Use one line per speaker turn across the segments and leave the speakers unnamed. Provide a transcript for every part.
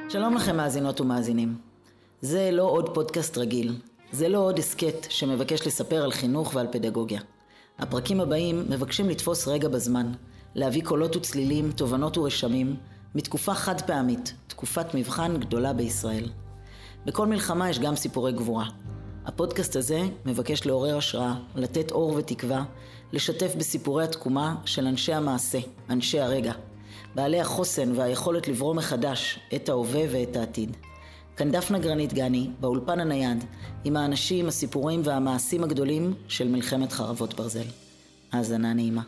שלום לכם מאזינות ומאזינים. זה לא עוד פודקאסט רגיל. זה לא עוד הסקט שמבקש לספר על חינוך ועל פדגוגיה. הפרקים הבאים מבקשים לתפוס רגע בזמן, להביא קולות וצלילים, תובנות ורשמים, מתקופה חד פעמית, תקופת מבחן גדולה בישראל. בכל מלחמה יש גם סיפורי גבורה. הפודקאסט הזה מבקש לעורר השראה, לתת אור ותקווה, לשתף בסיפורי התקומה של אנשי המעשה, אנשי הרגע. בעלי החוסן והיכולת לברוא מחדש את ההווה ואת העתיד. כאן דפנה גרנית גני, באולפן הנייד, עם האנשים, הסיפורים והמעשים הגדולים של מלחמת חרבות ברזל. האזנה נעימה.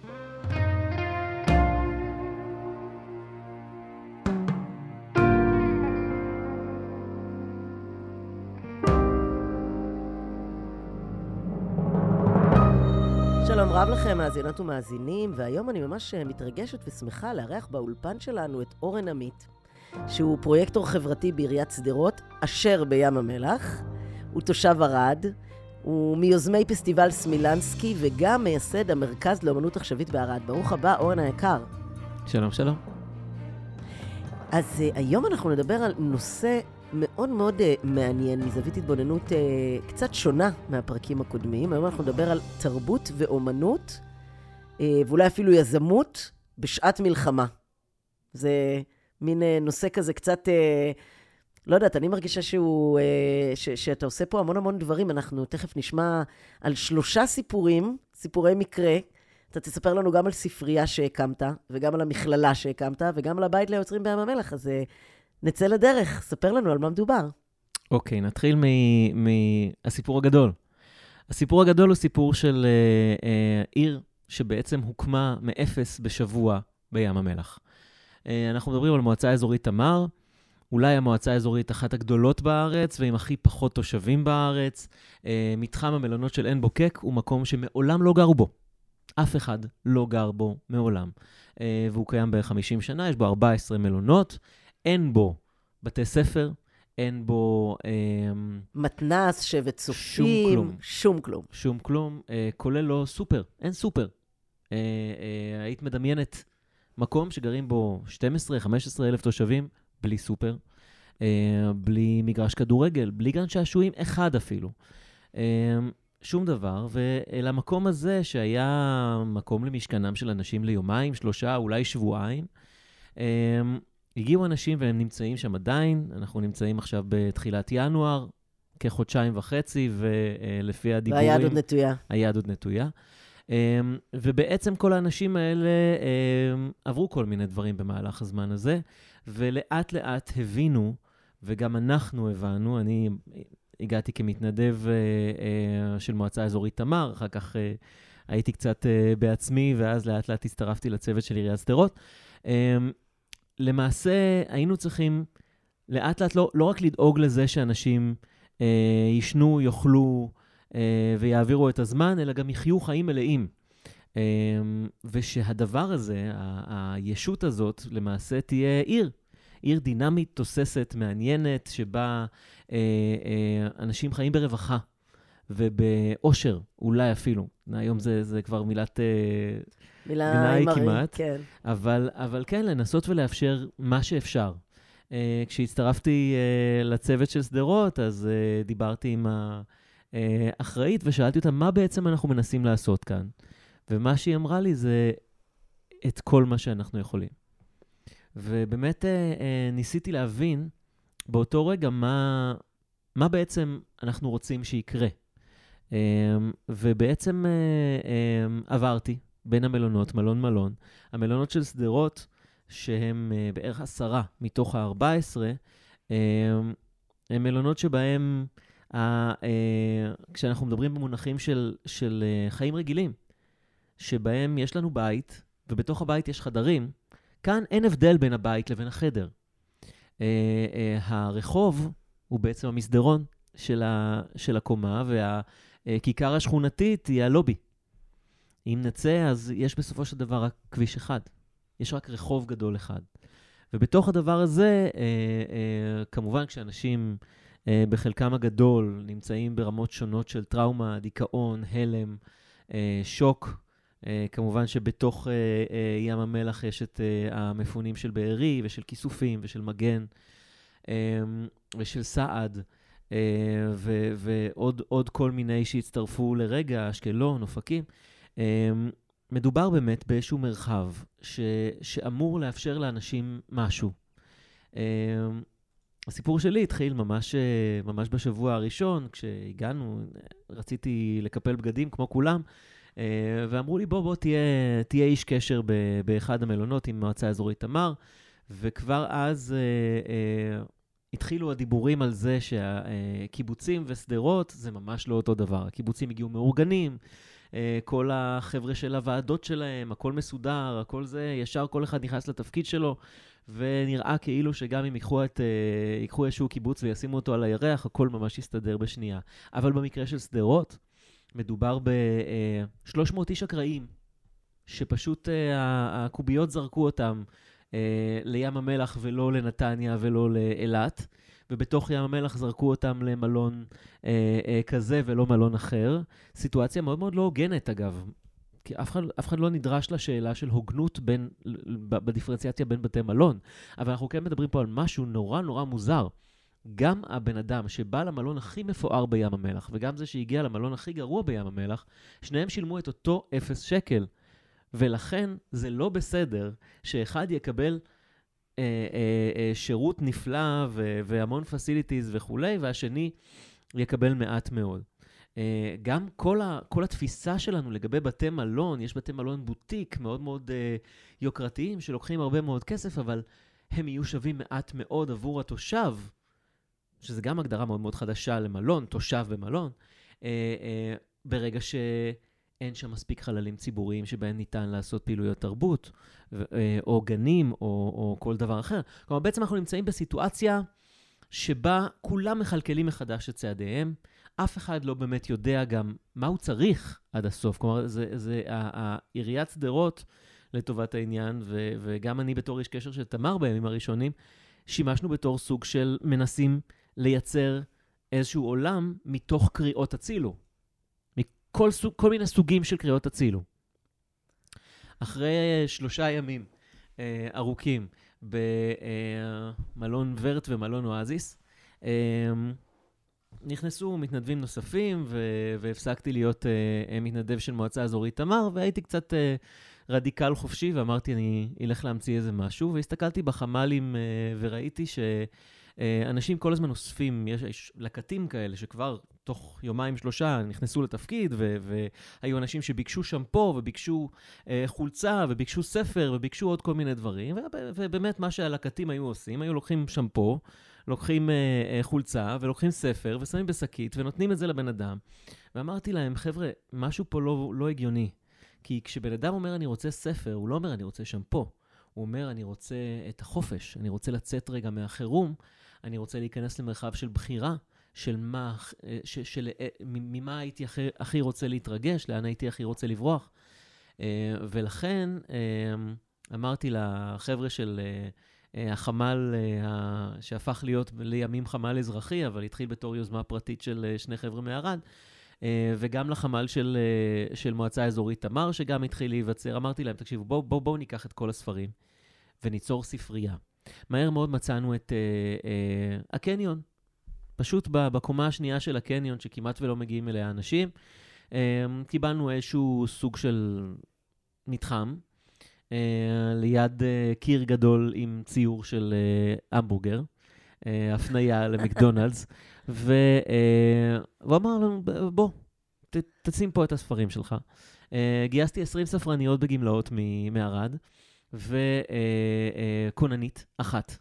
שלום רב לכם מאזינות ומאזינים, והיום אני ממש מתרגשת ושמחה לארח באולפן שלנו את אורן עמית, שהוא פרויקטור חברתי בעיריית שדרות, אשר בים המלח. הוא תושב ערד, הוא מיוזמי פסטיבל סמילנסקי וגם מייסד המרכז לאומנות עכשווית בערד. ברוך הבא, אורן היקר.
שלום, שלום.
אז היום אנחנו נדבר על נושא מאוד מאוד מעניין, מזווית התבוננות קצת שונה מהפרקים הקודמים. היום אנחנו נדבר על תרבות ואומנות, ואולי אפילו יזמות בשעת מלחמה. זה מין נושא כזה קצת, לא יודעת, אני מרגישה שאתה עושה פה המון המון דברים. אנחנו תכף נשמע על 3 סיפורי מקרה. אתה תספר לנו גם על ספרייה שהקמת, וגם על המכללה שהקמת, וגם על הבית ליוצרים בים המלח. אז נצא לדרך, ספר לנו על מה מדובר.
אוקיי, נתחיל מהסיפור הגדול. הסיפור הגדול הוא סיפור של עיר שבעצם הוקמה מאפס בשבוע בים המלח. אנחנו מדברים על מועצה אזורית תמר, אולי המועצה האזורית אחת הגדולות בארץ, ועם הכי פחות תושבים בארץ. מתחם המלונות של עין בוקק הוא מקום שמעולם לא גרו בו. אף אחד לא גר בו מעולם. והוא קיים ב-50 שנה, יש בו 14 מלונות, אין בו בתי ספר, אין בו
מתנס, שבט צופים,
שום כלום, כולל לא סופר, אין סופר. היית מדמיינת מקום שגרים בו 12-15 אלף תושבים, בלי סופר, בלי מגרש כדורגל, בלי גן שעשועים אחד אפילו. שום דבר, ולמקום הזה שהיה מקום למשכנם של אנשים ליומיים, 3, אולי שבועיים, הגיעו אנשים והם נמצאים שם עדיין. אנחנו נמצאים עכשיו בתחילת ינואר, כחודשיים וחצי, ולפי הדיבורים...
והיד עוד נטויה.
היד עוד נטויה. ובעצם כל האנשים האלה עברו כל מיני דברים במהלך הזמן הזה, ולאט לאט הבינו, וגם אנחנו הבנו, אני הגעתי כמתנדב של מועצה אזורית תמר, אחר כך הייתי קצת בעצמי, ואז לאט לאט הצטרפתי לצוות של עיריית שדרות. למעשה היינו צריכים לאט לאט לא רק לדאוג לזה שאנשים ישנו, יאכלו ויעבירו את הזמן, אלא גם יחיו חיים מלאים. ושהדבר הזה, הישות הזאת, למעשה תהיה עיר דינמית, תוססת, מעניינת, שבה אנשים חיים ברווחה ובאושר, אולי אפילו. היום זה כבר מילת גנאי כמעט.
כן.
אבל כן, לנסות ולאפשר מה שאפשר. כשהצטרפתי לצוות של שדרות, אז דיברתי עם האחראית ושאלתי אותה, מה בעצם אנחנו מנסים לעשות כאן? ומה שהיא אמרה לי זה את כל מה שאנחנו יכולים. ובאמת ניסיתי להבין באותו רגע מה בעצם אנחנו רוצים שיקרה. ובעצם עברתי בין המלונות, מלון. המלונות של שדרות, שהם בערך 10 מתוך ה-14, הם מלונות שבהם, כשאנחנו מדברים במונחים של חיים רגילים, שבהם יש לנו בית, ובתוך הבית יש חדרים, כאן אין הבדל בין הבית לבין החדר. הרחוב הוא בעצם המסדרון של הקומה, והכיכר השכונתית היא הלובי. אם נצא, אז יש בסופו של דבר רק כביש אחד. יש רק רחוב גדול אחד. ובתוך הדבר הזה, כמובן כשאנשים בחלקם הגדול נמצאים ברמות שונות של טראומה, דיכאון, הלם, שוק, כמובן שבתוך ים המלח יש את המפונים של בארי ושל כיסופים ושל מגן, ושל סעד, ועוד כל מיני שהצטרפו לרגע, אשקלון, אופקים. מדובר באמת באיזשהו מרחב שאמור לאפשר לאנשים משהו. הסיפור שלי התחיל ממש בשבוע הראשון, כשהגענו, רציתי לקפל בגדים כמו כולם, ואמרו לי, בוא תהיה איש קשר באחד המלונות עם מועצה אזורית תמר, וכבר אז התחילו הדיבורים על זה שהקיבוצים וסדרות זה ממש לא אותו דבר. הקיבוצים הגיעו מאורגנים, כל החבר'ה של הוועדות שלהם, הכל מסודר, הכל זה, ישר כל אחד נכנס לתפקיד שלו, ונראה כאילו שגם אם ייקחו איזשהו קיבוץ וישימו אותו על הירח, הכל ממש יסתדר בשנייה. אבל במקרה של סדרות, מדובר ב-300 איש אקראיים, שפשוט הקוביות זרקו אותם לים המלח ולא לנתניה ולא לאילת, ובתוך ים המלח זרקו אותם למלון כזה ולא מלון אחר. סיטואציה מאוד מאוד לא הוגנת אגב, כי אף אחד לא נדרש לשאלה של הוגנות בדיפרנציאציה בין בתי מלון, אבל אנחנו כן מדברים פה על משהו נורא נורא מוזר. גם הבן אדם שבא למלון הכי מפואר בים המלח, וגם זה שהגיע למלון הכי גרוע בים המלח, שניהם שילמו את אותו 0 שקל. ולכן זה לא בסדר שאחד יקבל שירות נפלא והמון פסיליטיז וכולי, והשני יקבל מעט מאוד. גם כל התפיסה שלנו לגבי בתי מלון, יש בתי מלון בוטיק מאוד מאוד יוקרתיים, שלוקחים הרבה מאוד כסף, אבל הם יהיו שווים מעט מאוד עבור התושב, שזה גם הגדרה מאוד מאוד חדשה למלון, תושב במלון, ברגע שאין שם מספיק חללים ציבוריים שבהם ניתן לעשות פעילויות תרבות, או גנים, או כל דבר אחר. כלומר, בעצם אנחנו נמצאים בסיטואציה שבה כולם מחלקלים מחדש את צעדיהם, אף אחד לא באמת יודע גם מה הוא צריך עד הסוף. כלומר, זה עיריית שדרות לטובת העניין, וגם אני בתור איש קשר של תמר בימים הראשונים, שימשנו בתור סוג של מנסים לייצר איזשהו עולם מתוך קריאות הצילו. כל מיני סוגים של קריאות הצילו. אחרי 3 ימים ארוכים במלון ורט ומלון אואזיס, נכנסו מתנדבים נוספים, והפסקתי להיות מתנדב של מועצה אזורית תמר, והייתי קצת רדיקל חופשי, ואמרתי אני אלך להמציא איזה משהו, והסתכלתי בחמלים וראיתי שאנשים כל הזמן אוספים, יש לקטים כאלה שכבר תוך 2-3 נכנסו לתפקיד, והיו אנשים שביקשו שמפו, וביקשו חולצה, וביקשו ספר, וביקשו עוד כל מיני דברים, ובאמת מה שהלקטים היו עושים, היו לוקחים שמפו, לוקחים חולצה, ולוקחים ספר, ושמים בשקית, ונותנים את זה לבן אדם. ואמרתי להם, חבר'ה, משהו פה לא הגיוני. כי כשבן אדם אומר אני רוצה ספר, הוא לא אומר אני רוצה שמפו. הוא אומר אני רוצה את החופש, אני רוצה לצאת רגע מהחירום, אני רוצה להיכנס למרחב של בחירה, של ממה הייתי הכי רוצה להתרגש, לאן הייתי הכי רוצה לברוח. ולכן אמרתי לחבר'ה של החמ"ל שהפך להיות לימים חמ"ל אזרחי, אבל התחיל בתור יוזמה פרטית של 2 חבר'ה מערד, וגם לחמ"ל של מועצה אזורית תמר, שגם התחיל להיווצר. אמרתי להם, תקשיבו, בואו ניקח את כל הספרים, וניצור ספרייה. מהר מאוד מצאנו את הקניון, פשוט בקומה השנייה של הקניון, שכמעט ולא מגיעים אליה אנשים, קיבלנו איזשהו סוג של מתחם, ליד קיר גדול עם ציור של המבורגר, הפנייה למקדונלדס, והוא אמר לנו, בוא, תשים פה את הספרים שלך. גייסתי 20 ספרניות בגמלאות מערד, וכוננית אחת.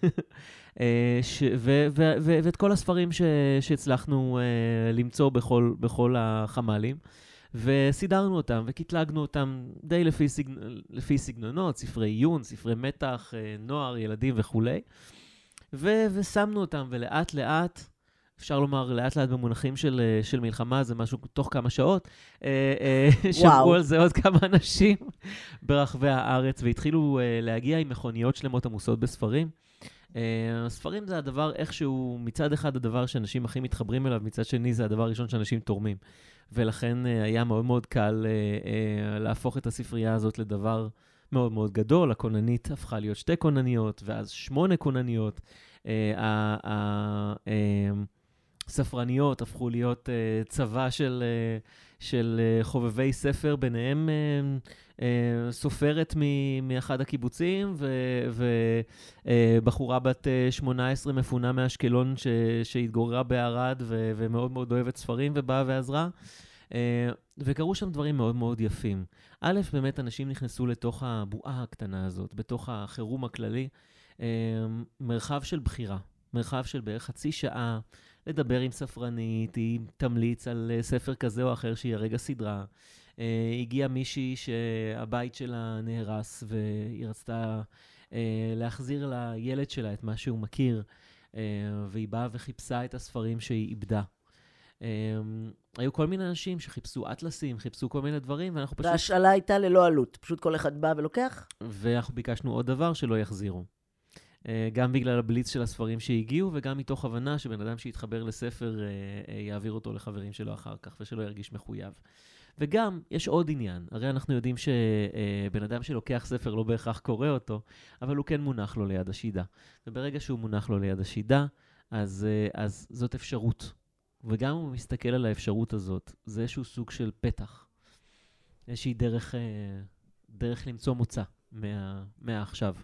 ואת כל הספרים שהצלחנו למצוא בכל החמלים, וסידרנו אותם וקטלגנו אותם די לפי סגנונות, ספרי עיון, ספרי מתח, נוער, ילדים וכו'. ושמנו אותם, ולאט לאט, אפשר לומר לאט לאט במונחים של מלחמה, זה משהו תוך כמה שעות, שמרו על זה עוד כמה אנשים ברחבי הארץ, והתחילו להגיע עם מכוניות שלמות עמוסות בספרים. ספרים זה הדבר איכשהו, מצד אחד הדבר שאנשים הכי מתחברים אליו, מצד שני זה הדבר הראשון שאנשים תורמים. ולכן היה מאוד מאוד קל להפוך את הספרייה הזאת לדבר מאוד מאוד גדול. הכוננית הפכה להיות 2 כונניות, ואז 8 כונניות, ספרניות הפכו להיות צבא של חובבי ספר, ביניהם סופרת מאחד הקיבוצים, ובחורה בת 18 מפונה מאשקלון שהתגוררה בערד, ומאוד מאוד אוהבת ספרים, ובאה ועזרה. וקראו שם דברים מאוד מאוד יפים. א', באמת אנשים נכנסו לתוך הבועה הקטנה הזאת, בתוך החירום הכללי, מרחב של בחירה, מרחב של בערך חצי שעה, לדבר עם ספרנית, היא תמליץ על ספר כזה או אחר שהיא הרגע סדרה. הגיעה מישהי שהבית שלה נהרס, והיא רצתה להחזיר לילד שלה את מה שהוא מכיר, והיא באה וחיפשה את הספרים שהיא איבדה. היו כל מיני אנשים שחיפשו אטלסים, חיפשו כל מיני דברים, ואנחנו פשוט...
והשאלה הייתה ללא עלות, פשוט כל אחד בא ולוקח?
ואנחנו ביקשנו עוד דבר שלא יחזירו. גם בגלל הבליץ של הספרים שהגיעו, וגם מתוך הבנה שבן אדם שיתחבר לספר יעביר אותו לחברים שלו אחר כך, ושלא ירגיש מחויב. וגם, יש עוד עניין. הרי אנחנו יודעים שבן אדם שלוקח ספר לא בהכרח קורא אותו, אבל הוא כן מונח לו ליד השידה. וברגע שהוא מונח לו ליד השידה, אז זאת אפשרות. וגם אם הוא מסתכל על האפשרות הזאת, זה איזשהו סוג של פתח. איזושהי דרך למצוא מוצא מהעכשיו.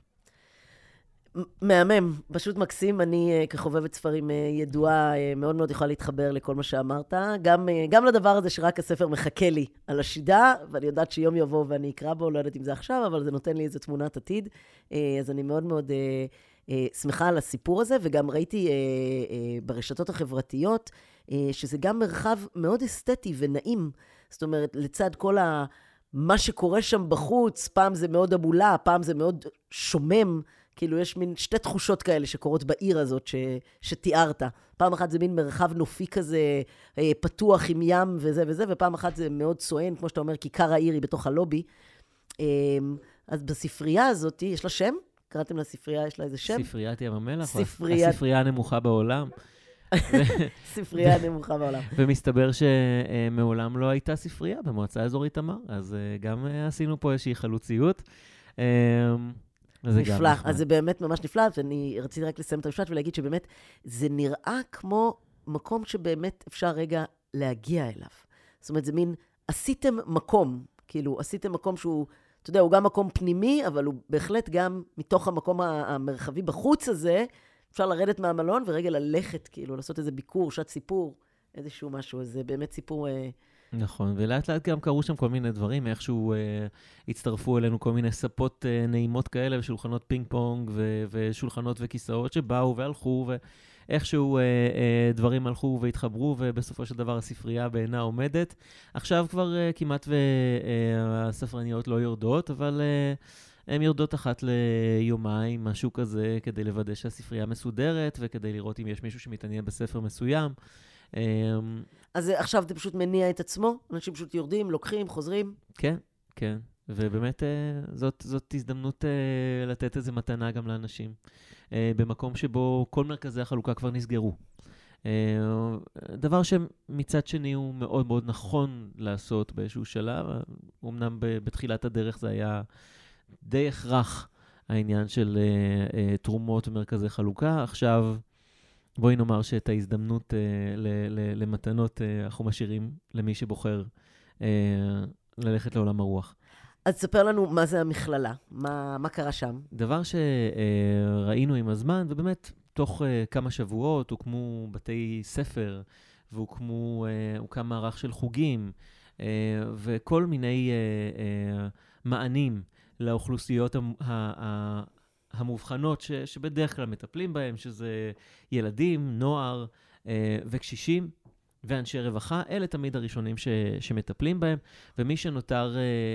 מהמם, פשוט מקסים. אני כחובבת ספרים ידועה מאוד מאוד יכולה להתחבר לכל מה שאמרת. גם לדבר הזה שרק הספר מחכה לי על השידה, ואני יודעת שיום יבוא ואני אקרא בו, לא יודעת אם זה עכשיו, אבל זה נותן לי איזו תמונת עתיד. אז אני מאוד מאוד שמחה על הסיפור הזה, וגם ראיתי ברשתות החברתיות, שזה גם מרחב מאוד אסתטי ונעים. זאת אומרת, לצד כל מה שקורה שם בחוץ, פעם זה מאוד עמולה, פעם זה מאוד שומם, כאילו יש מין שתי תחושות כאלה שקורות בעיר הזאת שתיארת. פעם אחת זה מין מרחב נופי כזה, פתוח עם ים וזה וזה, ופעם אחת זה מאוד סואן, כמו שאתה אומר, כיכר העיר היא בתוך הלובי. אז בספרייה הזאת, יש לה שם? קראתם לספרייה, יש לה איזה שם?
ספריית ים המלח? הספרייה הנמוכה בעולם.
ספרייה הנמוכה בעולם.
ומסתבר שמעולם לא הייתה ספרייה במועצה האזורית תמר, אז גם עשינו פה איזושהי חלוציות.
נפלא, אז זה באמת ממש נפלא, ואני רציתי רק לסיים את המשפט ולהגיד שבאמת זה נראה כמו מקום שבאמת אפשר רגע להגיע אליו. זאת אומרת, זה מין, עשיתם מקום, כאילו, עשיתם מקום שהוא, אתה יודע, הוא גם מקום פנימי, אבל הוא בהחלט גם מתוך המקום המרחבי בחוץ הזה, אפשר לרדת מהמלון ורגע ללכת, כאילו, לעשות איזה ביקור, שעת סיפור, איזשהו משהו, אז זה באמת סיפור...
נכון, ולאט לאט גם קראו שם כל מיני דברים, איכשהו הצטרפו אלינו כל מיני ספות נעימות כאלה, ושולחנות פינג פונג, ושולחנות וכיסאות שבאו והלכו, ואיכשהו דברים הלכו והתחברו, ובסופו של דבר הספרייה בעינה עומדת. עכשיו כבר כמעט והספרניות לא יורדות, אבל הן יורדות אחת ליומיים, משהו כזה, כדי לוודא שהספרייה מסודרת, וכדי לראות אם יש מישהו שמתעניין בספר מסוים.
אז עכשיו זה פשוט מניע את עצמו? אנשים פשוט יורדים, לוקחים, חוזרים?
כן, כן. ובאמת זאת הזדמנות לתת איזו מתנה גם לאנשים. במקום שבו כל מרכזי החלוקה כבר נסגרו. דבר שמצד שני הוא מאוד מאוד נכון לעשות באיזשהו שלב. אמנם בתחילת הדרך זה היה די הכרח העניין של תרומות ומרכזי חלוקה. עכשיו... בואי נאמר שאת ההזדמנות למתנות אנחנו משאירים למי שבוחר ללכת לעולם הרוח.
אז תספר לנו מה זה המכללה, מה קרה שם?
דבר שראינו עם הזמן, ובאמת תוך כמה שבועות הוקמו בתי ספר, והוקם מערך של חוגים, וכל מיני מענים לאוכלוסיות המובחנות שבדרך כלל מטפלים בהם, שזה ילדים, נוער וקשישים ואנשי רווחה, אלה תמיד הראשונים שמטפלים בהם, ומי שנותר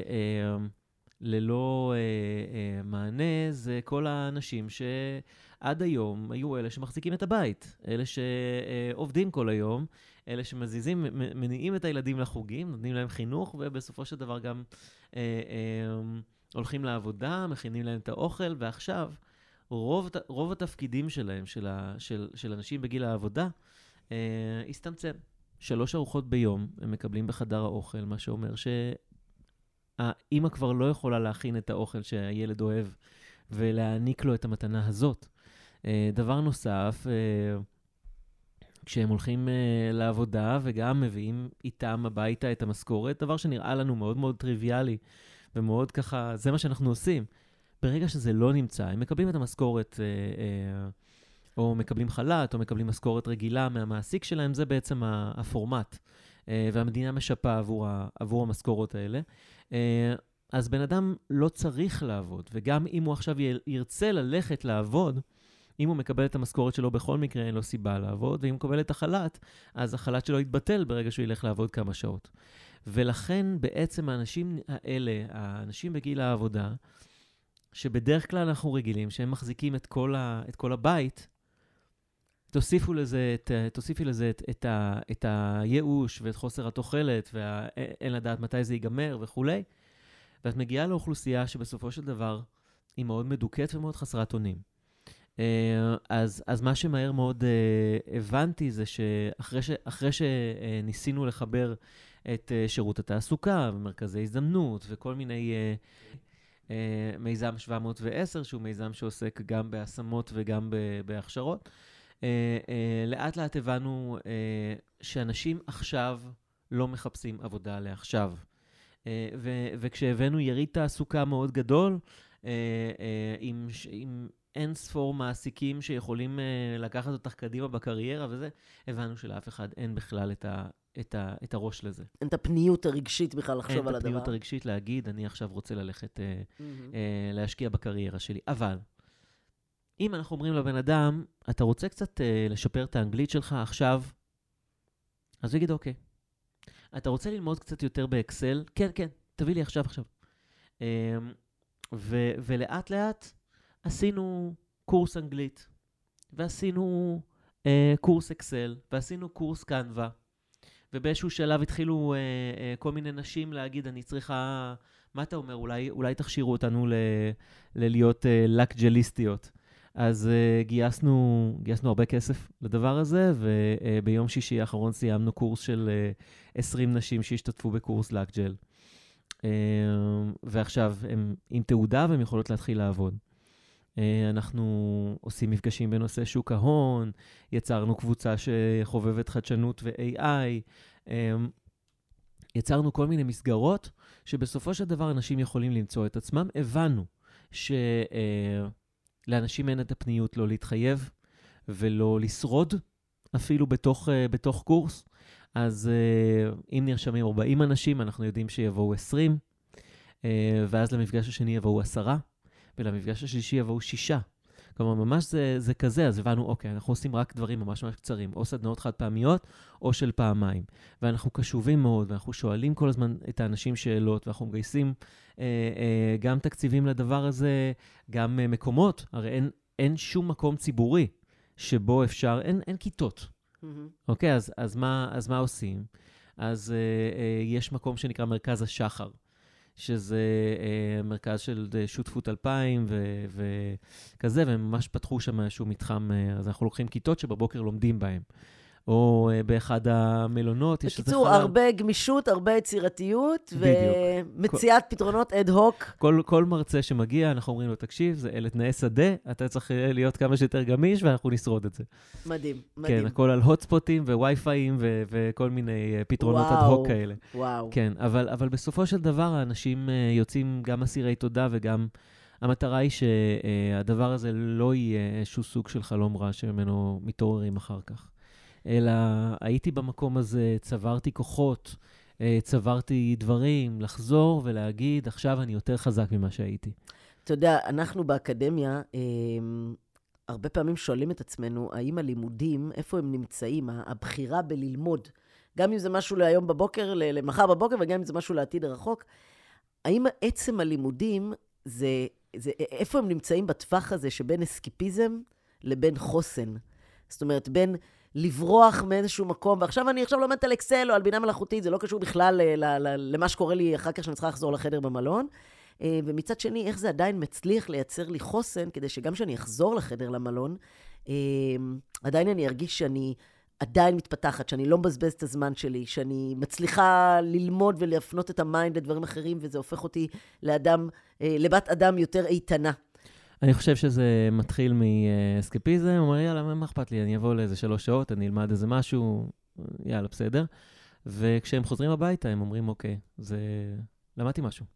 ללא מענה זה כל האנשים שעד היום היו אלה שמחזיקים את הבית, אלה שעובדים כל היום, אלה שמזיזים, מניעים את הילדים לחוגים, נותנים להם חינוך, ובסופו של דבר גם... הולכים לעבודה, מכינים להם את האוכל, ועכשיו רוב התפקידים שלהם, של אנשים בגיל העבודה, הסתמצם. 3 ארוחות ביום הם מקבלים בחדר האוכל, מה שאומר שהאמא כבר לא יכולה להכין את האוכל שהילד אוהב, ולהעניק לו את המתנה הזאת. דבר נוסף, כשהם הולכים לעבודה וגם מביאים איתם הביתה את המשכורת, דבר שנראה לנו מאוד מאוד טריוויאלי, ומאוד ככה, זה מה שאנחנו עושים. ברגע שזה לא נמצא, הם מקבלים את המשכורת, או מקבלים חל"ת, או מקבלים משכורת רגילה מהמעסיק שלהם, זה בעצם הפורמט. והמדינה משפה עבור המשכורות האלה. אז בן אדם לא צריך לעבוד, וגם אם הוא עכשיו ירצה ללכת לעבוד, אם הוא מקבל את המשכורת שלו בכל מקרה, אין לו סיבה לעבוד, ואם הוא מקבל את החל"ת, אז החל"ת שלו יתבטל ברגע שהוא ילך לעבוד כמה שעות. ולכן בעצם האנשים האלה, האנשים בגיל העבודה, שבדרך כלל אנחנו רגילים, שהם מחזיקים את כל הבית, תוסיפי לזה את הייאוש ואת חוסר התוחלת, ואין לדעת מתי זה ייגמר וכו'. ואת מגיעה לאוכלוסייה שבסופו של דבר היא מאוד מדוכאת ומאוד חסרת אונים. אז מה שמהר מאוד הבנתי זה שאחרי שניסינו לחבר את שירות התעסוקה ומרכזי הזדמנות וכל מיני מיזם 710, שהוא מיזם שעוסק גם בהשמות וגם בהכשרות, לאט לאט הבנו שאנשים עכשיו לא מחפשים עבודה לעכשיו. וכשהבאנו יריד תעסוקה מאוד גדול, עם אין ספור מעסיקים שיכולים לקחת אותך קדימה בקריירה וזה, הבנו שלאף אחד אין בכלל את הראש לזה.
אין את הפניות הרגשית בכלל לחשוב על הדבר.
אין את הפניות הרגשית להגיד, אני עכשיו רוצה ללכת להשקיע בקריירה שלי. אבל, אם אנחנו אומרים לבן אדם, אתה רוצה קצת לשפר את האנגלית שלך עכשיו, אז הוא יגיד, אוקיי. אתה רוצה ללמוד קצת יותר באקסל? כן, כן, תביא לי עכשיו. ולאט לאט עשינו קורס אנגלית, ועשינו קורס אקסל, ועשינו קורס קנווה, ובאיזשהו שלב התחילו כל מיני נשים להגיד, אני צריכה, מה אתה אומר? אולי תכשירו אותנו להיות לקג'ליסטיות. אז גייסנו הרבה כסף לדבר הזה, וביום שישי האחרון סיימנו קורס של 20 נשים שהשתתפו בקורס לקג'ל. ועכשיו הם עם תעודה והם יכולות להתחיל לעבוד. אנחנו עושים מפגשים בנושא שוק ההון, יצרנו קבוצה שחובבת חדשנות ו-AI, יצרנו כל מיני מסגרות שבסופו של דבר אנשים יכולים למצוא את עצמם. הבנו לאנשים אין את הפניות לא להתחייב ולא לשרוד, אפילו בתוך קורס. אז אם נרשמים 40 אנשים, אנחנו יודעים שיבואו 20, ואז למפגש השני יבואו 10, ולמפגש השלישי יבואו 6. כלומר, ממש זה כזה, אז הבנו, אוקיי, אנחנו עושים רק דברים ממש ממש קצרים, או סדנאות חד פעמיות, או של פעמיים. ואנחנו קשובים מאוד, ואנחנו שואלים כל הזמן את האנשים שאלות, ואנחנו מגייסים גם תקציבים לדבר הזה, גם מקומות. הרי אין שום מקום ציבורי שבו אפשר, אין כיתות. אוקיי, אז מה עושים? אז יש מקום שנקרא מרכז השחר, שזה מרכז של שותפות 2000 וכזה, והם ממש פתחו שם איזשהו מתחם, אז אנחנו לוקחים כיתות שבבוקר לומדים בהם. או באחד המלונות יש איזה חלל.
בקיצור, הרבה גמישות, הרבה יצירתיות, ומציאת פתרונות אד-הוק.
כל מרצה שמגיע, אנחנו אומרים לו, תקשיב, אלה תנאי שדה, אתה צריך להיות כמה שיותר גמיש, ואנחנו נשרוד את זה.
מדהים, מדהים.
כן, הכל על הוטספוטים ווי-פיים וכל מיני פתרונות אד-הוק כאלה.
וואו.
כן, אבל בסופו של דבר, האנשים יוצאים גם אסירי תודה, וגם המטרה היא שהדבר הזה לא יהיה איזשהו סוג של חלום רע, שממנו מתעוררים אחר כך. אלא הייתי במקום הזה, צברתי כוחות, צברתי דברים, לחזור ולהגיד, עכשיו אני יותר חזק ממה שהייתי.
אתה יודע, אנחנו באקדמיה, הרבה פעמים שואלים את עצמנו, האם הלימודים, איפה הם נמצאים, הבחירה בללמוד, גם אם זה משהו להיום בבוקר, למחר בבוקר, וגם אם זה משהו לעתיד הרחוק, האם עצם הלימודים, איפה הם נמצאים בטווח הזה שבין אסקיפיזם לבין חוסן? זאת אומרת, בין לברוח מאיזשהו מקום, ועכשיו אני לומדת על אקסל או על בינה מלאכותית, זה לא קשור בכלל למה שקורה לי אחר כך שאני צריכה לחזור לחדר במלון. ומצד שני, איך זה עדיין מצליח לייצר לי חוסן, כדי שגם כשאני אחזור לחדר למלון, עדיין אני ארגיש שאני עדיין מתפתחת, שאני לא מבזבז את הזמן שלי, שאני מצליחה ללמוד ולהפנות את המיינד לדברים אחרים, וזה הופך אותי לבת אדם יותר איתנה.
אני חושב שזה מתחיל מאסקפיזם, הוא אומר, יאללה, מה אכפת לי? אני אבוא לאיזה 3 שעות, אני אלמד איזה משהו, יאללה, בסדר. וכשהם חוזרים הביתה, הם אומרים, אוקיי, למדתי משהו.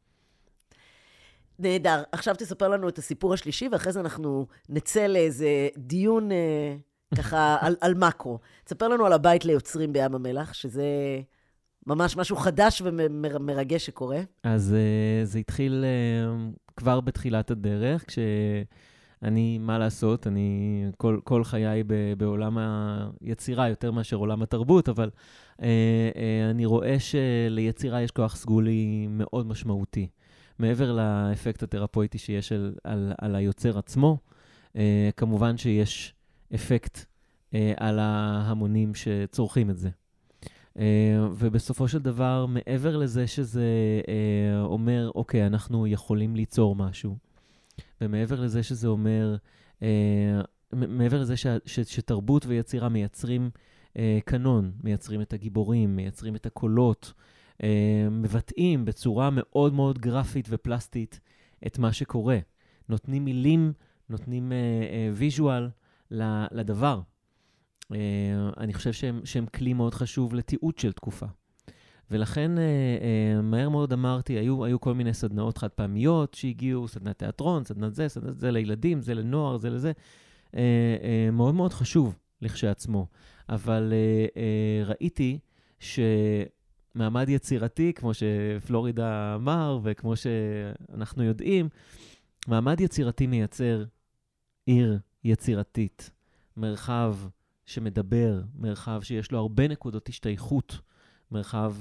נהדר. עכשיו תספר לנו את הסיפור השלישי, ואחרי זה אנחנו נצא לאיזה דיון ככה על מקרו. תספר לנו על הבית ליוצרים בים המלח, שזה ממש משהו חדש ומרגש שקורה.
אז זה התחיל כבר בתחילת הדרך, כשאני, מה לעשות, אני כל חיי בעולם היצירה, יותר מאשר עולם התרבות, אבל אני רואה שליצירה יש כוח סגולי מאוד משמעותי. מעבר לאפקט התרפויטי שיש על היוצר עצמו, כמובן שיש אפקט על ההמונים שצורכים את זה. ובסופו של דבר, מעבר לזה שזה אומר, אוקיי, אנחנו יכולים ליצור משהו, ומעבר לזה שזה אומר, מעבר לזה שתרבות ויצירה מייצרים קנון, מייצרים את הגיבורים, מייצרים את הקולות, מבטאים בצורה מאוד מאוד גרפית ופלסטית את מה שקורה. נותנים מילים, נותנים ויז'ואל לדבר. אני חושב שהם כלי מאוד חשוב לתיעוד של תקופה. ולכן מהר מאוד אמרתי, היו כל מיני סדנאות חד פעמיות שהגיעו, סדנת תיאטרון, סדנת זה לילדים, זה לנוער, זה לזה. מאוד מאוד חשוב לכשעצמו. אבל ראיתי מעמד יצירתי, כמו שפלורידה אמר, וכמו שאנחנו יודעים, מעמד יצירתי מייצר עיר יצירתית, מרחב שמדבר, מרחב שיש לו הרבה נקודות השתייכות, מרחב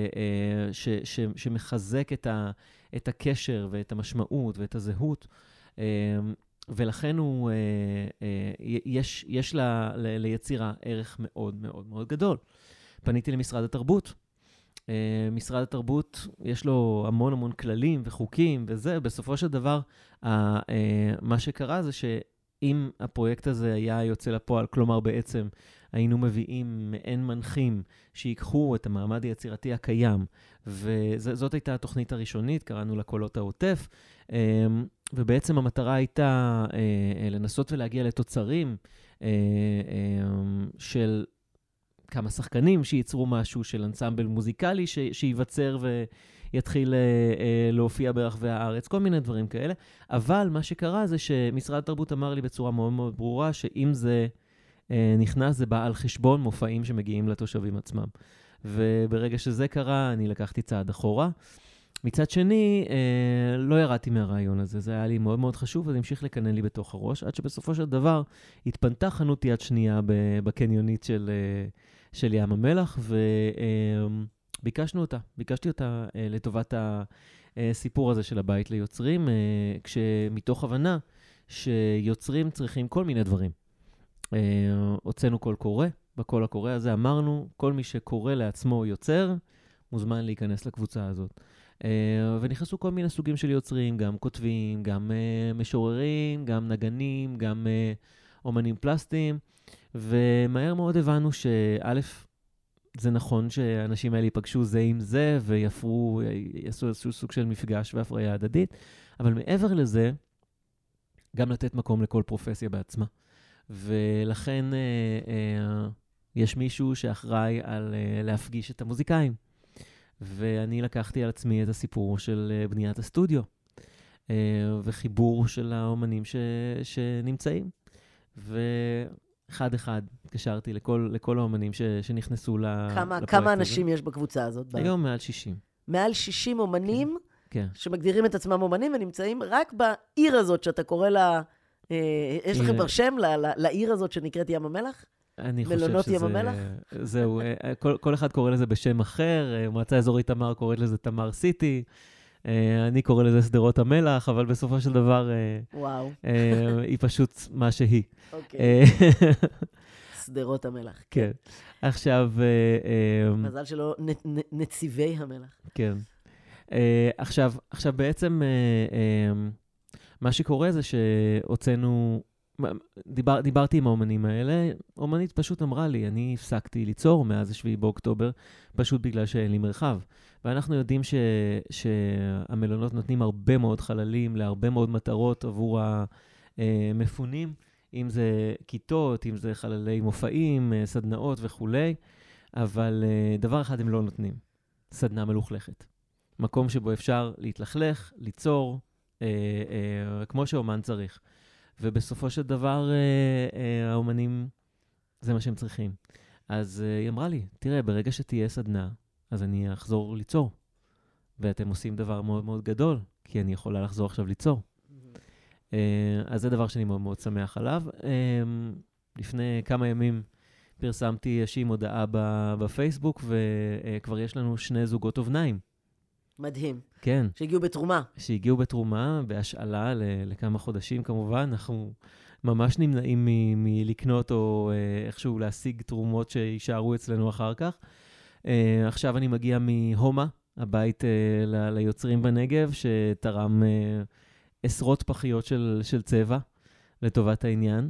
שמחזק את הקשר ואת המשמעות ואת הזהות, ולכן יש ליצירה ערך מאוד מאוד מאוד גדול. פניתי למשרד התרבות, משרד התרבות, יש לו המון המון כללים וחוקים וזה, בסופו של דבר, מה שקרה זה שאם הפרויקט הזה היה יוצא לפועל, כלומר בעצם היינו מביאים מעין מנחים שיקחו את המעמד היצירתי הקיים, וזאת הייתה התוכנית הראשונית, קראנו לה קולות העוטף, ובעצם המטרה הייתה לנסות ולהגיע לתוצרים של כמה שחקנים שייצרו משהו, של אנסמבל מוזיקלי שייווצר ויתחיל להופיע ברחבי הארץ, כל מיני דברים כאלה. אבל מה שקרה זה שמשרד התרבות אמר לי בצורה מאוד מאוד ברורה, שאם זה נכנס, זה בא על חשבון מופעים שמגיעים לתושבים עצמם. וברגע שזה קרה, אני לקחתי צעד אחורה. מצד שני, לא ירדתי מהרעיון הזה, זה היה לי מאוד מאוד חשוב, וזה המשיך לקנן לי בתוך הראש, עד שבסופו של דבר התפנתה חנות יד שנייה בקניונית של ים המלח, וביקשתי אותה לטובת הסיפור הזה של הבית ליוצרים, כשמתוך הבנה שיוצרים צריכים כל מיני דברים. הוצאנו קול קורא, בקול הקורא הזה אמרנו, כל מי שקורא לעצמו יוצר, מוזמן להיכנס לקבוצה הזאת. ונכנסו כל מיני סוגים של יוצרים, גם כותבים, גם משוררים, גם נגנים, גם אומנים פלסטיים, ומהר מאוד הבנו שא', זה נכון שהאנשים האלה ייפגשו זה עם זה, ויעשו איזשהו סוג של מפגש והפריה הדדית, אבל מעבר לזה, גם לתת מקום לכל פרופסיה בעצמה. ולכן יש מישהו שאחראי על להפגיש את המוזיקאים. ואני לקחתי על עצמי את הסיפור של בניית הסטודיו, וחיבור של האומנים שנמצאים. ואחד אחד התקשרתי לכל האומנים שנכנסו לפרויקט הזה.
כמה אנשים יש בקבוצה הזאת?
היום מעל 60.
מעל 60 אומנים?
כן.
שמגדירים את עצמם אומנים ונמצאים רק בעיר הזאת שאתה קורא לה, יש לכם כבר שם לעיר הזאת שנקראת ים המלח?
אני חושב
מלונות ים המלח?
זהו, כל אחד קורא לזה בשם אחר, מועצה אזורית תמר קוראת לזה תמר סיטי, אני קורא לזה סדרות המלח, אבל בסופו של דבר, היא פשוט מה שהיא.
אוקיי. סדרות המלח.
כן. עכשיו...
מזל שלא נציבי המלח.
כן. עכשיו בעצם, מה שקורה זה שהוצאנו דיברתי עם האומנים האלה, אומנית פשוט אמרה לי, אני הפסקתי ליצור מאז 7 באוקטובר, פשוט בגלל שאין לי מרחב. ואנחנו יודעים שהמלונות נותנים הרבה מאוד חללים, להרבה מאוד מטרות עבור המפונים, אם זה כיתות, אם זה חללי מופעים, סדנאות וכו', אבל דבר אחד הם לא נותנים, סדנה מלוכלכת. מקום שבו אפשר להתלכלך, ליצור, כמו שאומן צריך. ובסופו של דבר, האומנים, זה מה שהם צריכים. אז היא אמרה לי, תראה, ברגע שתהיה סדנה, אז אני אחזור ליצור. ואתם עושים דבר מאוד מאוד גדול, כי אני יכולה לחזור עכשיו ליצור. אז זה דבר שאני מאוד מאוד שמח עליו. לפני כמה ימים פרסמתי איזושהי מודעה בפייסבוק, וכבר יש לנו 2 זוגות אובניים.
מדהים.
כן.
שהגיעו בתרומה.
שהגיעו בתרומה, בהשאלה לכמה חודשים כמובן. אנחנו ממש נמנעים מלקנות או איכשהו להשיג תרומות שישארו אצלנו אחר כך. עכשיו אני מגיע מהומה, הבית ליוצרים בנגב, שתרם עשרות פחיות של צבע לטובת העניין.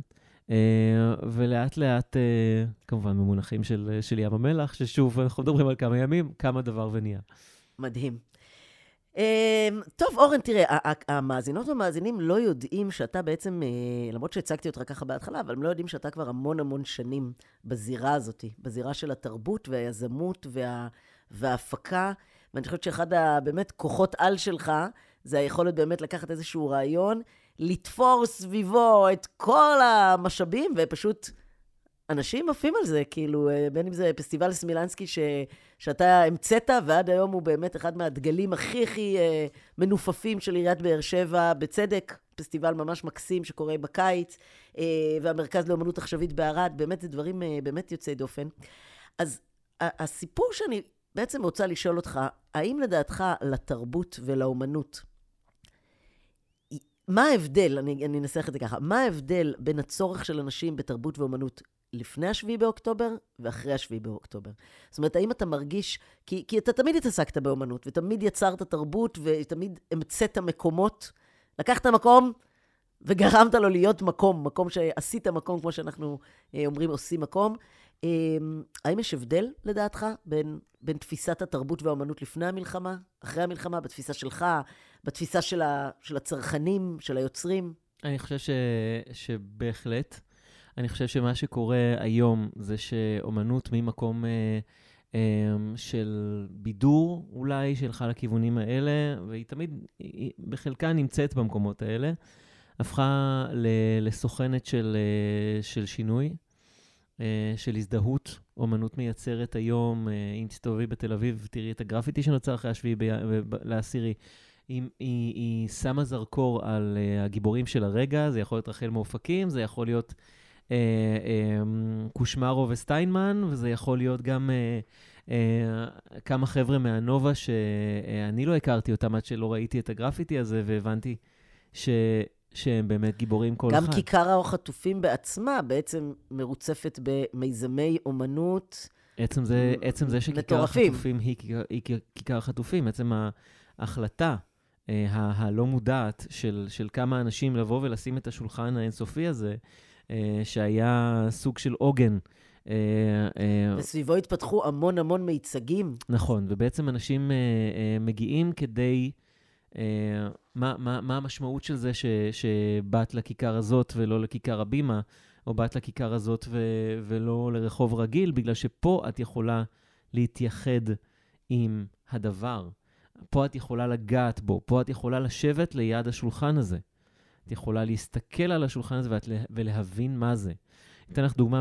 ולאט לאט, כמובן במונחים של ים המלח, ששוב אנחנו מדברים על כמה ימים, כמה דבר ונהיה.
מדהים. טוב, אורן, תראה, המאזינות והמאזינים לא יודעים שאתה בעצם, למרות שהצגתי אותך ככה בהתחלה, אבל הם לא יודעים שאתה כבר המון שנים בזירה הזאת, בזירה של התרבות והיזמות וההפקה, ואני חושבת שאחד באמת כוחות על שלך, זה היכולת באמת לקחת איזשהו רעיון, לתפור סביבו את כל המשאבים, ופשוט אנשים עפים על זה, כאילו, בין אם זה פסטיבל סמילנסקי שאתה המצאת, ועד היום הוא באמת אחד מהדגלים הכי מנופפים של עיריית באר שבע, בצדק, פסטיבל ממש מקסים שקורה בקיץ, והמרכז לאומנות עכשווית בערד, באמת זה דברים באמת יוצאי דופן. אז הסיפור שאני בעצם רוצה לשאול אותך, האם לדעתך לתרבות ולאומנות, מה ההבדל, אני אנסח את זה ככה, מה ההבדל בין הצורך של אנשים בתרבות ואומנות לפני 7 באוקטובר ואחרי 7 באוקטובר? זאת אומרת, האם אתה מרגיש, כי אתה תמיד התעסקת באומנות, ותמיד יצרת תרבות, ותמיד המצאת מקומות, לקחת מקום וגרמת לו להיות מקום שעשית מקום, כמו שאנחנו אומרים, עושים מקום. האם יש הבדל, לדעתך, בין תפיסת התרבות והאומנות לפני המלחמה, אחרי המלחמה, בתפיסה שלך, בתפיסה של הצרכנים, של היוצרים?
אני חושב שבהחלט. אני חושב שמה שקורה היום זה שאומנות ממקום של בידור, אולי, שלך לכיוונים האלה, והיא תמיד, בחלקה נמצאת במקומות האלה, הפכה לסוכנת של שינוי, של הזדהות. אומנות מייצרת היום, אם תסתובבי בתל אביב, תראי את הגרפיטי שנוצר אחרי 7 לעשירי, היא שמה זרקור על הגיבורים של הרגע, זה יכול להיות רחל מאופקים, זה יכול להיות קושמרו וסטיינמן, וזה יכול להיות גם כמה חבר'ה מהנובה שאני לא הכרתי אותם עד שלא ראיתי את הגרפיטי הזה, והבנתי שהם באמת גיבורים כל אחד.
גם כיכר החטופים בעצמה בעצם מרוצפת במיזמי אומנות מטורפים.
עצם זה שכיכר החטופים היא כיכר החטופים, עצם ההחלטה הלא מודעת של כמה אנשים לבוא ולשים את השולחן האינסופי הזה, שהיה סוג של עוגן.
וסביבו התפתחו המון מיצגים.
נכון, ובעצם אנשים מגיעים כדי... מה המשמעות של זה שבאת לכיכר הזאת ולא לכיכר הבימה, או באת לכיכר הזאת ולא לרחוב רגיל, בגלל שפה את יכולה להתייחד עם הדבר. פה את יכולה לגעת בו, פה את יכולה לשבת ליד השולחן הזה. את יכולה להסתכל על השולחן הזה ולהבין מה זה. אתן לך דוגמה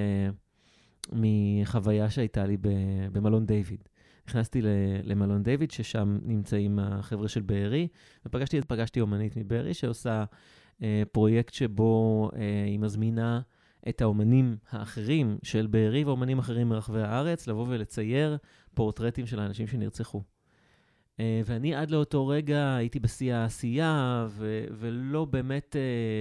מחוויה שהייתה לי במלון דיוויד. נכנסתי למלון דיוויד, ששם נמצאים החבר'ה של בארי, ופגשתי אומנית מבארי, שעושה פרויקט שבו היא מזמינה את האומנים האחרים של בארי, ואומנים אחרים מרחבי הארץ, לבוא ולצייר פורטרטים של האנשים שנרצחו. ואני עד לאותו רגע הייתי בשיא העשייה, ולא באמת,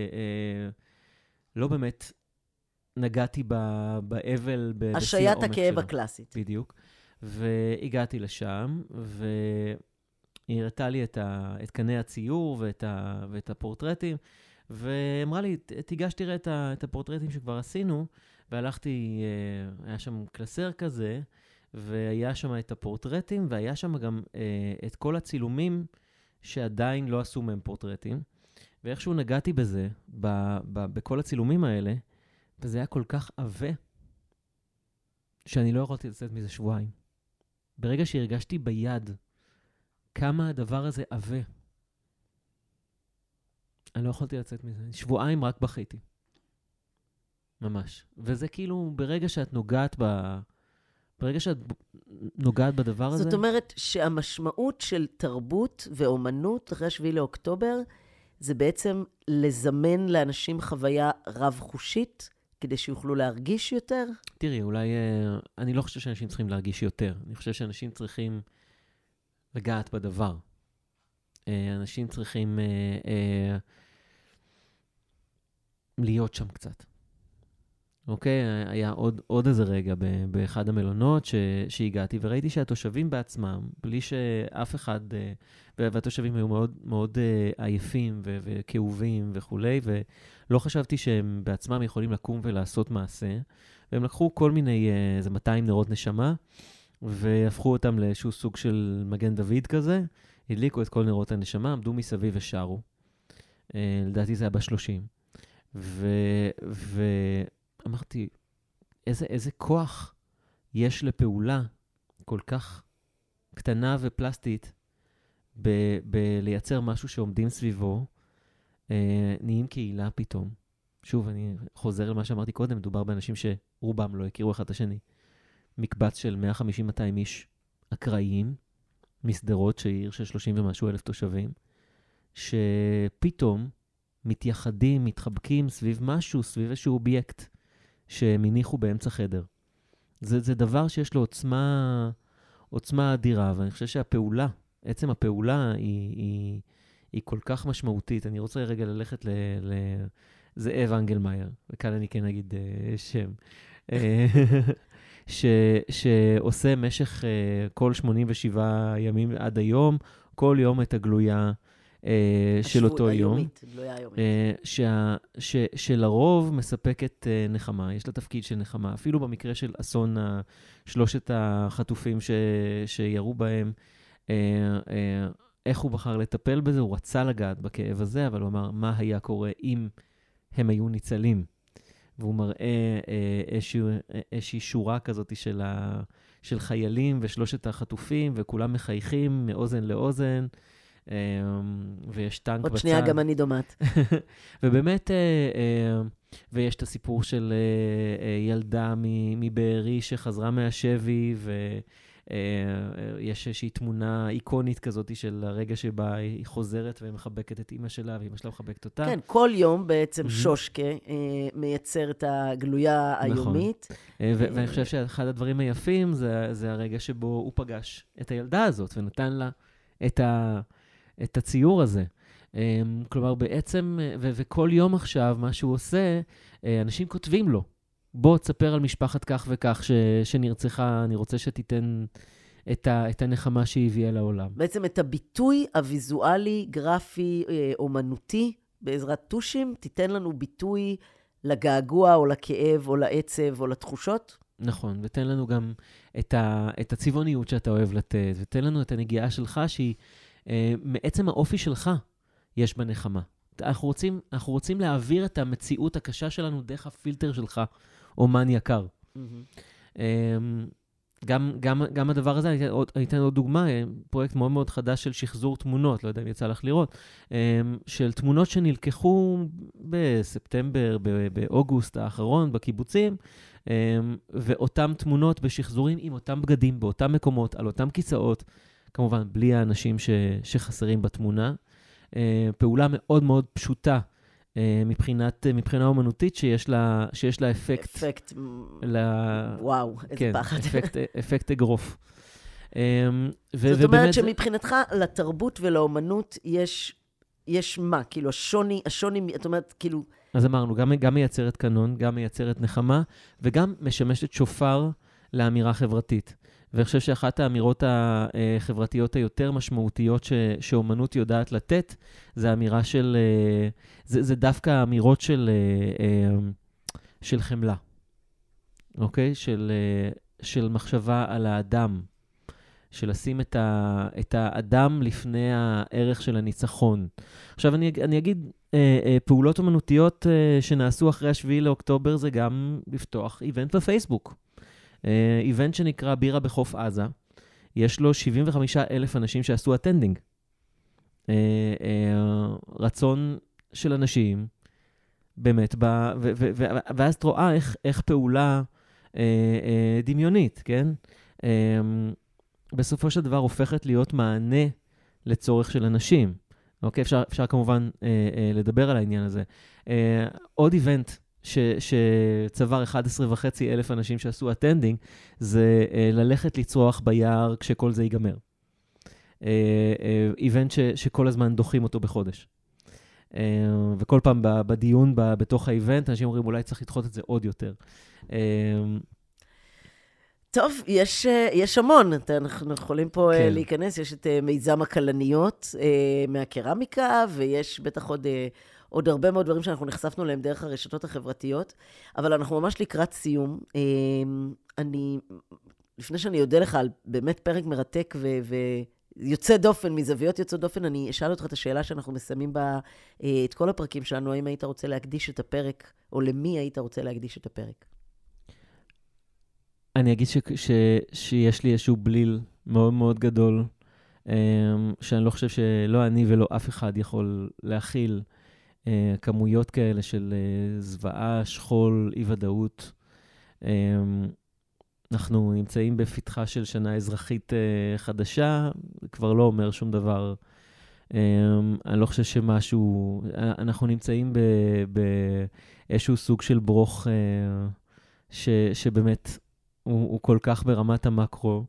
לא באמת נגעתי באבל, בשיא העומק שלה.
השעיית הכאב הקלאסית.
בדיוק. והגעתי לשם, והיא הראתה לי את קני הציור ואת הפורטרטים, ואמרה לי, תיגש תראה את הפורטרטים שכבר עשינו, והלכתי, היה שם קלסר כזה, והיה שם את הפורטרטים, והיה שם גם את כל הצילומים שעדיין לא עשו מהם פורטרטים, ואיכשהו נגעתי בזה, בכל הצילומים האלה, וזה היה כל כך עווה, שאני לא יכולתי לצאת מזה שבועיים. ברגע שהרגשתי ביד כמה הדבר הזה עווה, אני לא יכולתי לצאת מזה. שבועיים רק בכיתי. ממש. וזה כאילו, ברגע שאת נוגעת בדבר הזה...
זאת אומרת שהמשמעות של תרבות ואומנות אחרי 7 לאוקטובר, זה בעצם לזמן לאנשים חוויה רב-חושית, כדי שיוכלו להרגיש יותר?
תראי, אולי... אני לא חושב שאנשים צריכים להרגיש יותר. אני חושב שאנשים צריכים לגעת בדבר. אנשים צריכים להיות שם קצת. אוקיי? היה עוד איזה רגע באחד המלונות שהגעתי, וראיתי שהתושבים בעצמם, בלי שאף אחד, והתושבים היו מאוד, מאוד עייפים וכאובים וכולי, ולא חשבתי שהם בעצמם יכולים לקום ולעשות מעשה, והם לקחו כל מיני, איזה 200 נרות נשמה, והפכו אותם לאיזשהו סוג של מגן דוד כזה, הדליקו את כל נרות הנשמה, עמדו מסביב ושרו. לדעתי זה היה ב-30. אמרתי, איזה כוח יש לפעולה כל כך קטנה ופלסטית בלייצר משהו שעומדים סביבו, נהיים קהילה פתאום. שוב, אני חוזר למה שאמרתי קודם, מדובר באנשים שרובם לא הכירו אחד את השני. מקבץ של 150-200 איש אקראיים, מסדרות שעיר של 30 ומשהו אלף תושבים, שפתאום מתייחדים, מתחבקים סביב משהו, סביב איזשהו אובייקט שמניחו באמצע חדר. זה דבר שיש לו עוצמה אדירה, ואני חושב שהפעולה, עצם הפעולה היא כל כך משמעותית. אני רוצה רגע ללכת לזאב אנגלמאייר, וכאן אני כן אגיד שם, שעושה משך כל 87 ימים עד היום, כל יום את הגלויה של אותו יום, שלרוב מספקת נחמה, יש לה תפקיד של נחמה, אפילו במקרה של אסון 3 החטופים שירו בהם, איך הוא בחר לטפל בזה, הוא רצה לגעת בכאב הזה, אבל הוא אמר, מה היה קורה אם הם היו ניצלים? והוא מראה איזושהי שורה כזאת של חיילים ו3 החטופים, וכולם מחייכים מאוזן לאוזן, ויש טנק בצד.
עוד שנייה גם אני דומת.
ובאמת, ויש את הסיפור של ילדה מבארי שחזרה מהשבי, ויש איזושהי תמונה איקונית כזאת של הרגע שבה היא חוזרת ומחבקת את אמא שלה, ואמא שלה מחבקת אותה.
כן, כל יום בעצם שושקה מייצר את הגלויה היומית.
ואני חושב שאחד הדברים היפים זה הרגע שבו הוא פגש את הילדה הזאת, ונתן לה את הציור הזה. כלומר, בעצם, וכל יום עכשיו, מה שהוא עושה, אנשים כותבים לו, בוא תספר על משפחת כך וכך שנרצחה, אני רוצה שתיתן את הנחמה שהיא הביאה לעולם.
בעצם את הביטוי הוויזואלי, גרפי, אומנותי, בעזרת טושים, תיתן לנו ביטוי לגעגוע או לכאב או לעצב או לתחושות.
נכון, ותן לנו גם את הצבעוניות שאתה אוהב לתת, ותן לנו את הנגיעה שלך שהיא מעצם האופי שלך יש בנחמה. אנחנו רוצים להעביר את המציאות הקשה שלנו דרך הפילטר שלך, אומן יקר. גם הדבר הזה, אני אתן עוד דוגמה, פרויקט מאוד מאוד חדש של שחזור תמונות, לא יודע אם יצא לך לראות, של תמונות שנלקחו בספטמבר, באוגוסט האחרון, בקיבוצים, ואותם תמונות בשחזורים עם אותם בגדים, באותם מקומות, על אותם כיסאות, כמובן בלי האנשים שחסרים בתמונה. פעולה מאוד מאוד פשוטה, מבחינה אומנותית שיש לה אפקט.
וואו, איזה פחד.
אפקט אגרוף.
זאת אומרת שמבחינתך לתרבות ולאומנות יש מה? כאילו השוני, את אומרת כאילו...
אז אמרנו, גם מייצרת קנון, גם מייצרת נחמה, וגם משמשת שופר לאמירה חברתית. ואני חושב שאחת האמירות החברתיות היותר משמעותיות שאומנות יודעת לתת, זה האמירה של, זה דווקא האמירות של חמלה, אוקיי? של מחשבה על האדם, של לשים את האדם לפני הערך של הניצחון. עכשיו אני אגיד, פעולות אומנותיות שנעשו אחרי 7 לאוקטובר זה גם לפתוח איבנט בפייסבוק. איבנט שנקרא בירה בחוף עזה, יש לו 75,000 אנשים שעשו אטנדינג. רצון של אנשים, באמת, ואז את רואה איך פעולה דמיונית, כן? בסופו של דבר הופכת להיות מענה לצורך של אנשים. אוקיי? אפשר כמובן לדבר על העניין הזה. עוד איבנט שצבר 11,500 אנשים שעשו אטנדינג, זה ללכת לצרוח ביער כשכל זה ייגמר. איבנט שכל הזמן דוחים אותו בחודש. וכל פעם בדיון בתוך האיבנט, אנשים אומרים, אולי צריך לדחות את זה עוד יותר.
טוב, יש המון, אנחנו יכולים פה להיכנס, יש את מיזם הכלניות מהקרמיקה, ויש בטח עוד הרבה מאוד דברים שאנחנו נחשפנו להם דרך הרשתות החברתיות, אבל אנחנו ממש לקראת סיום. לפני שאני יודע לך על באמת פרק מרתק ויוצא דופן, מזוויות יוצא דופן, אני אשאל אותך את השאלה שאנחנו מסיימים בה את כל הפרקים שלנו, האם היית רוצה להקדיש את הפרק, או למי היית רוצה להקדיש את הפרק?
אני אגיד שיש לי איזשהו בליל מאוד מאוד גדול, שאני לא חושב שלא אני ולא אף אחד יכול להכיל כמויות כאלה של זוועה, שכול, אי-ודאות. אנחנו נמצאים בפתחה של שנה אזרחית חדשה, כבר לא אומר שום דבר. אני לא חושב שמשהו, אנחנו נמצאים באיזשהו סוג של ברוך שבאמת הוא כל כך ברמת המקרו,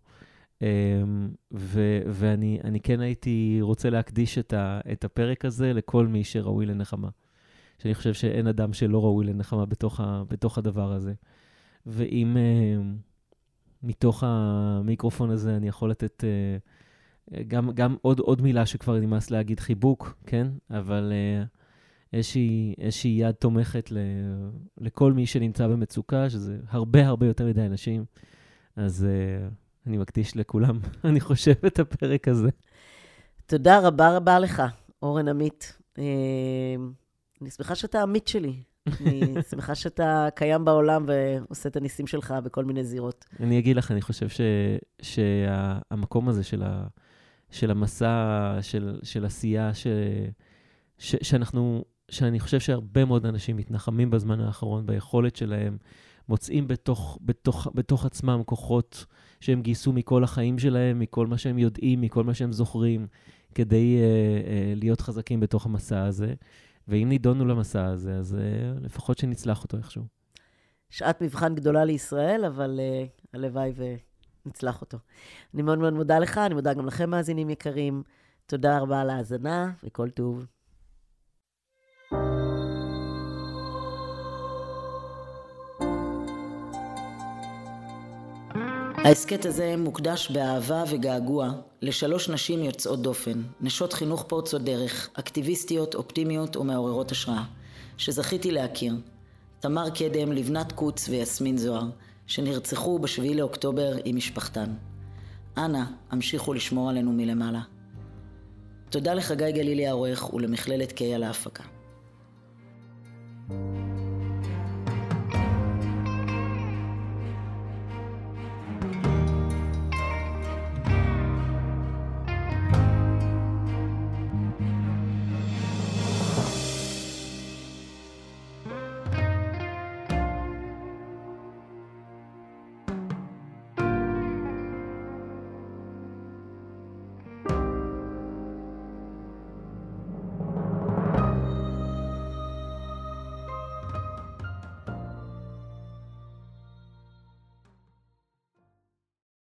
ואני כן הייתי רוצה להקדיש את הפרק הזה לכל מי שראוי לנחמה. שאני חושב שאין אדם שלא ראוי לנחמה בתוך הדבר הזה. ואם מתוך המיקרופון הזה אני יכול לתת גם עוד מילה שכבר נמאס להגיד חיבוק, כן? אבל איזושהי יד תומכת לכל מי שנמצא במצוקה, שזה הרבה הרבה יותר מדי אנשים. אז אני מקדיש לכולם, אני חושב, את הפרק הזה.
תודה רבה רבה לך, אורן עמית. אני שמחה שאתה עמית שלי. אני שמחה שאתה קיים בעולם ועושה את הניסים שלך בכל מיני זירות.
אני אגיד לך, אני חושב שהמקום הזה של המסע, של עשייה, שאני חושב שהרבה מאוד אנשים מתנחמים בזמן האחרון, ביכולת שלהם, מוצאים בתוך עצמם כוחות שהם גייסו מכל החיים שלהם, מכל מה שהם יודעים, מכל מה שהם זוכרים, כדי להיות חזקים בתוך המסע הזה. ואם נידונו למסע הזה, אז לפחות שנצלח אותו איכשהו.
שעת מבחן גדולה לישראל, אבל הלוואי ונצלח אותו. אני מאוד מאוד מודה לך, אני מודה גם לכם מאזינים יקרים. תודה רבה על ההאזנה, וכל טוב.
העסקת הזה מוקדש באהבה וגעגוע ל3 נשים יוצאות דופן, נשות חינוך פורצות דרך, אקטיביסטיות, אופטימיות ומעוררות השראה, שזכיתי להכיר. תמר קדם, לבנת קוץ ויסמין זוהר, שנרצחו ב7 לאוקטובר עם משפחתן. אנא, המשיכו לשמור עלינו מלמעלה. תודה לחגי גלילי העורך ולמכללת קיי על ההפקה.